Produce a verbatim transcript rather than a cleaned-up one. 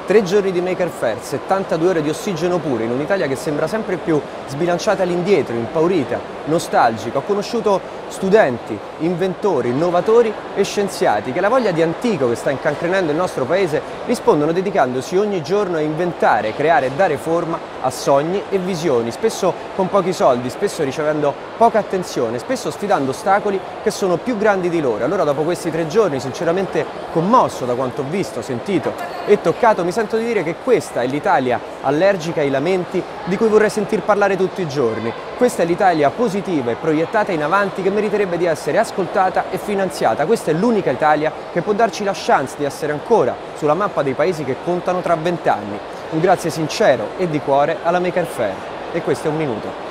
Tre giorni di Maker Faire, settantadue ore di ossigeno puro in un'Italia che sembra sempre più sbilanciata all'indietro, impaurita, nostalgica. Ho conosciuto studenti, inventori, innovatori e scienziati che la voglia di antico che sta incancrenendo il nostro paese rispondono dedicandosi ogni giorno a inventare, creare e dare forma a sogni e visioni, spesso con pochi soldi, spesso ricevendo poca attenzione, spesso sfidando ostacoli che sono più grandi di loro. Allora dopo questi tre giorni, sinceramente commosso da quanto ho visto, sentito e toccato, mi sento di dire che questa è l'Italia allergica ai lamenti di cui vorrei sentir parlare tutti i giorni. Questa è l'Italia positiva e proiettata in avanti che meriterebbe di essere ascoltata e finanziata. Questa è l'unica Italia che può darci la chance di essere ancora sulla mappa dei paesi che contano tra vent'anni. Un grazie sincero e di cuore alla Maker Faire. E questo è un minuto.